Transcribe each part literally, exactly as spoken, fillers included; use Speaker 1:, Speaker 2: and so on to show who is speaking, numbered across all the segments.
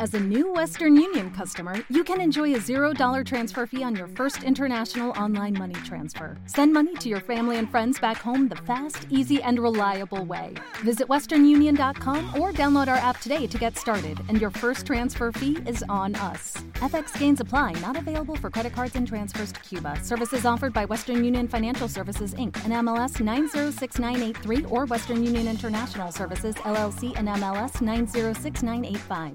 Speaker 1: As a new Western Union customer, you can enjoy a zero dollars transfer fee on your first international online money transfer. Send money to your family and friends back home the fast, easy, and reliable way. Visit western union dot com or download our app today to get started, and your first transfer fee is on us. F X gains apply, not available for credit cards and transfers to Cuba. Services offered by Western Union Financial Services, Incorporated, and M L S nine zero six nine eight three or Western Union International Services, L L C, and M L S nine zero six nine eight five.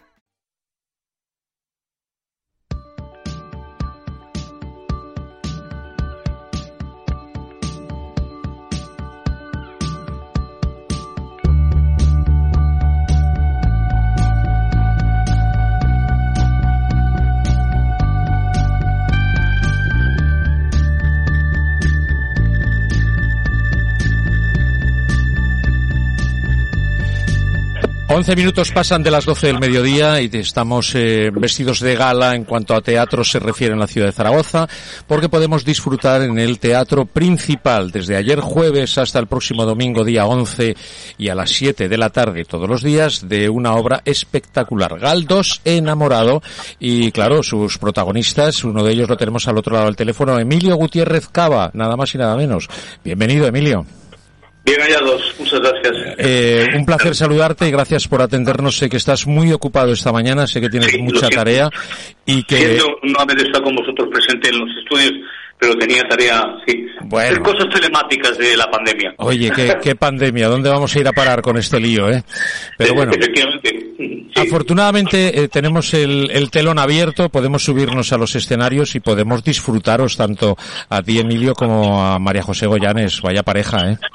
Speaker 2: once minutos pasan de las doce del mediodía y estamos eh, vestidos de gala en cuanto a teatro se refiere en la ciudad de Zaragoza, porque podemos disfrutar en el Teatro Principal desde ayer jueves hasta el próximo domingo día once y a las siete de la tarde todos los días de una obra espectacular, Galdós enamorado, y claro, sus protagonistas, uno de ellos lo tenemos al otro lado del teléfono, Emilio Gutiérrez Cava, nada más y nada menos. Bienvenido, Emilio.
Speaker 3: Bien hallados, muchas gracias.
Speaker 2: Eh, un placer saludarte y gracias por atendernos. Sé que estás muy ocupado esta mañana, sé que tienes sí, mucha tarea y que...
Speaker 3: Siento no haber estado con vosotros presente en los estudios, pero tenía tarea, sí.
Speaker 2: Bueno.
Speaker 3: Hacer cosas telemáticas de la pandemia.
Speaker 2: Oye, ¿qué, qué pandemia? ¿Dónde vamos a ir a parar con este lío, eh? Pero bueno,
Speaker 3: efectivamente. Sí.
Speaker 2: Afortunadamente eh, tenemos el, el telón abierto, podemos subirnos a los escenarios y podemos disfrutaros tanto a ti, Emilio, como a María José Goyanes. Vaya pareja, ¿eh?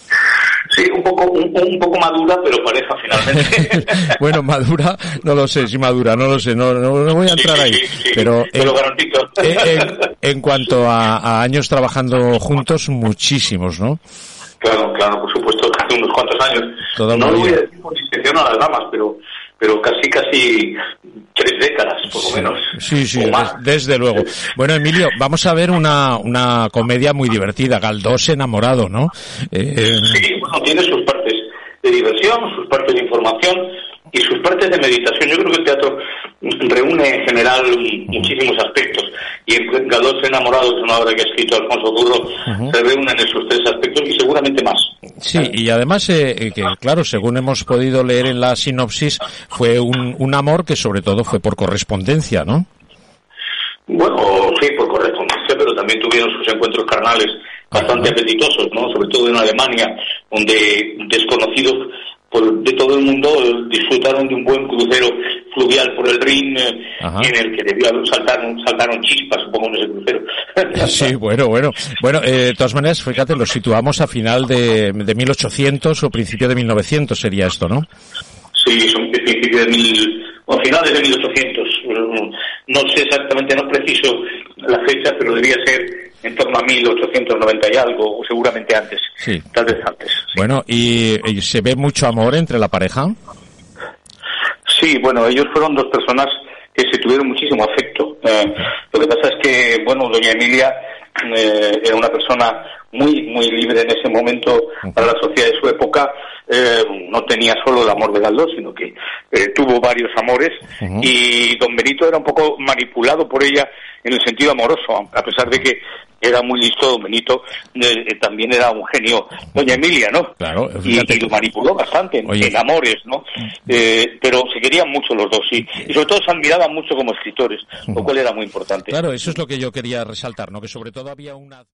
Speaker 3: Sí, un poco un, un poco madura, pero pareja finalmente.
Speaker 2: Bueno, madura, no lo sé, si madura, no lo sé, no, no, no voy a entrar
Speaker 3: sí,
Speaker 2: ahí.
Speaker 3: Sí, sí,
Speaker 2: pero
Speaker 3: te
Speaker 2: en,
Speaker 3: lo garantizo.
Speaker 2: En, en cuanto a, a años trabajando juntos, muchísimos, ¿no?
Speaker 3: Claro, claro, por supuesto, hace unos cuantos años.
Speaker 2: Toda
Speaker 3: no lo voy
Speaker 2: vida.
Speaker 3: a decir por discreción a las damas, pero pero casi, casi tres décadas, por lo menos.
Speaker 2: Sí, sí,
Speaker 3: des,
Speaker 2: desde luego. Bueno, Emilio, vamos a ver una una comedia muy divertida, Galdós enamorado, ¿no?
Speaker 3: Eh... Sí, bueno, tiene sus partes de diversión, sus partes de información y sus partes de meditación. Yo creo que el teatro reúne en general muchísimos aspectos, y en Galdós enamorado es una obra que ha escrito Alfonso Durro, uh-huh. se reúnen esos tres aspectos y seguramente más.
Speaker 2: Sí, y además eh, que claro, según hemos podido leer en la sinopsis, fue un, un amor que sobre todo fue por correspondencia, ¿no?
Speaker 3: Bueno, sí, por correspondencia, pero también tuvieron sus encuentros carnales bastante uh-huh. apetitosos, ¿no? Sobre todo en Alemania, donde desconocidos por, de todo el mundo disfrutaron de un buen crucero fluvial por el Rin, uh-huh. en el que debió saltaron, saltaron chispas, supongo, en ese crucero.
Speaker 2: Sí, bueno, bueno. Bueno, eh, de todas maneras, fíjate, lo situamos a final de, de mil ochocientos o principio de mil novecientos sería esto, ¿no?
Speaker 3: Sí, son principio de mil, o finales de mil ochocientos. No sé exactamente, no preciso la fecha, pero debía ser en torno a mil ochocientos noventa y algo, o seguramente antes.
Speaker 2: Sí.
Speaker 3: Tal vez antes. Sí.
Speaker 2: Bueno, ¿y, y se ve mucho amor entre la pareja?
Speaker 3: Sí, bueno, ellos fueron dos personas que se tuvieron muchísimo afecto. Eh, lo que pasa es que, bueno, doña Emilia eh, era una persona muy, muy libre en ese momento para la sociedad de su época. Eh, no tenía solo el amor de Galdós, sino que eh, tuvo varios amores, uh-huh. y don Benito era un poco manipulado por ella en el sentido amoroso, a pesar de que era muy listo don Benito, eh, eh, también era un genio doña Emilia, ¿no?
Speaker 2: Claro,
Speaker 3: y, y lo manipuló bastante en, en amores, ¿no? Eh, pero se querían mucho los dos, sí, y sobre todo se admiraban mucho como escritores, uh-huh. lo cual era muy importante.
Speaker 2: Claro, eso es lo que yo quería resaltar, ¿no? Que sobre todo había una...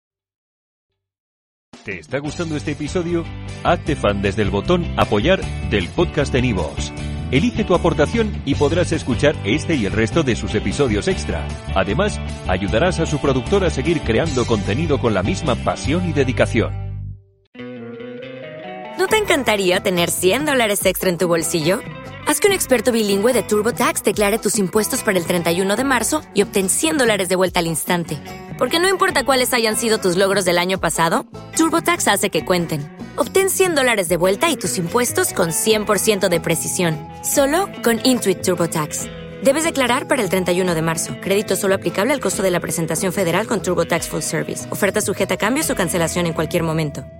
Speaker 4: ¿Te está gustando este episodio? Hazte fan desde el botón Apoyar del podcast de Nivos. Elige tu aportación y podrás escuchar este y el resto de sus episodios extra. Además, ayudarás a su productor a seguir creando contenido con la misma pasión y dedicación.
Speaker 5: ¿No te encantaría tener cien dólares extra en tu bolsillo? Haz que un experto bilingüe de TurboTax declare tus impuestos para el treinta y uno de marzo y obtén cien dólares de vuelta al instante. Porque no importa cuáles hayan sido tus logros del año pasado, TurboTax hace que cuenten. Obtén cien dólares de vuelta y tus impuestos con cien por ciento de precisión. Solo con Intuit TurboTax. Debes declarar para el treinta y uno de marzo. Crédito solo aplicable al costo de la presentación federal con TurboTax Full Service. Oferta sujeta a cambios o cancelación en cualquier momento.